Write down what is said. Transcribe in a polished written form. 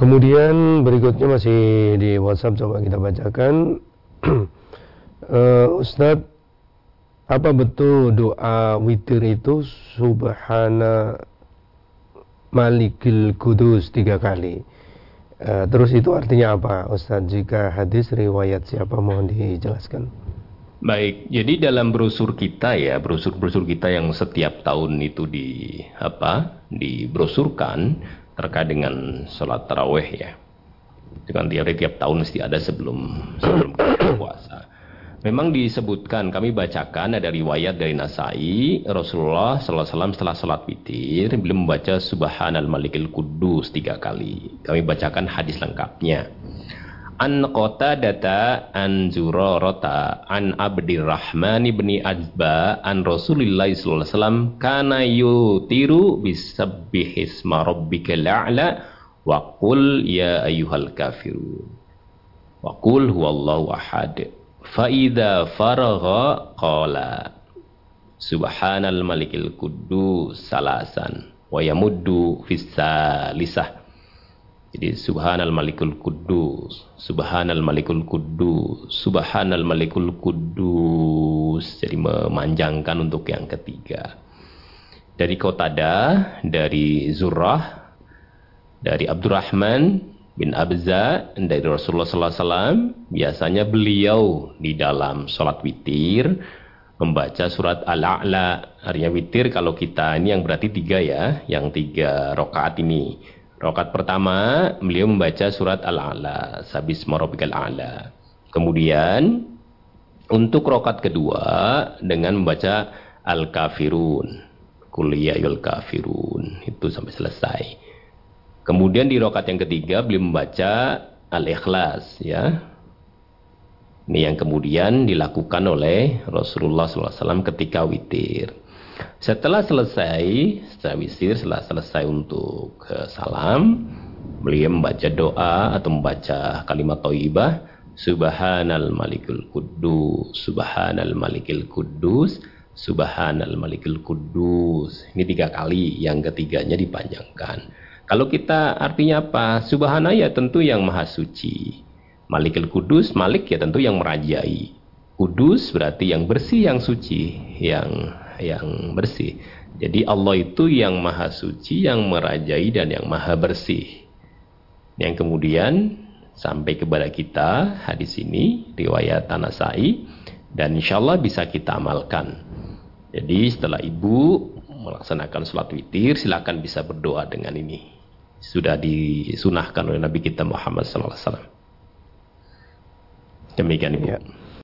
Kemudian berikutnya masih di WhatsApp, coba kita bacakan. Ustadz, apa betul doa witir itu Subhana Malikil Kudus 3 kali? Terus itu artinya apa Ustadz? Jika hadis riwayat siapa, mohon dijelaskan. Baik, jadi dalam brosur kita ya, brosur kita yang setiap tahun itu dibrosurkan terkait dengan sholat taraweh ya. Dengan tiap tahun mesti ada sebelum kita puasa. Memang disebutkan, kami bacakan ada riwayat dari Nasai, Rasulullah SAW setelah sholat witir beliau membaca Subhanal Malikil Kudus 3 kali. Kami bacakan hadis lengkapnya. An Qatadata an Zurarata an Abdirrahman ibni Azba an Rasulillah sallallahu alaihi wasallam kana yutiru bisabbihisma rabbikal a'la wa qul ya ayyuhal kafirun wa qul huwallahu ahad fa idza faragha qala subhanal malikil quddus salasan wa yamuddu fis salisah. Jadi subhanal malikul quddus, subhanal malikul quddus, subhanal malikul quddus. Jadi memanjangkan untuk yang ketiga. Dari Qatadah, dari Zurrah, dari Abdurrahman bin Abza, dari Rasulullah sallallahu alaihi wasallam, biasanya beliau di dalam sholat witir membaca surat Al-A'la. Artinya witir kalau kita ini yang berarti 3 ya, yang 3 rakaat ini. Rakaat pertama beliau membaca surat Al-A'la, Sabisma Rabbikal A'la. Kemudian untuk rakaat kedua dengan membaca Al-Kafirun, Qul ya ayyuhal kafirun, itu sampai selesai. Kemudian di rakaat yang ketiga beliau membaca Al-Ikhlas ya. Ini yang kemudian dilakukan oleh Rasulullah SAW ketika witir. Setelah selesai witir, setelah selesai untuk salam, beliau membaca doa atau membaca kalimat thayyibah, Subhanal Malikul Quddus, Subhanal Malikil Quddus, Subhanal Malikil Quddus. Ini 3 kali, yang ketiganya dipanjangkan. Kalau kita artinya apa? Subhana ya tentu yang maha suci. Malikil Quddus, Malik ya tentu yang merajai. Kudus berarti yang bersih, yang suci, yang bersih. Jadi Allah itu yang maha suci, yang merajai dan yang maha bersih. Yang kemudian sampai kepada kita hadis ini riwayat An-Nasai dan insyaallah bisa kita amalkan. Jadi setelah ibu melaksanakan sholat witir, silakan bisa berdoa dengan ini. Sudah disunahkan oleh Nabi kita Muhammad sallallahu alaihi wasallam. Demikian ibu. Ya.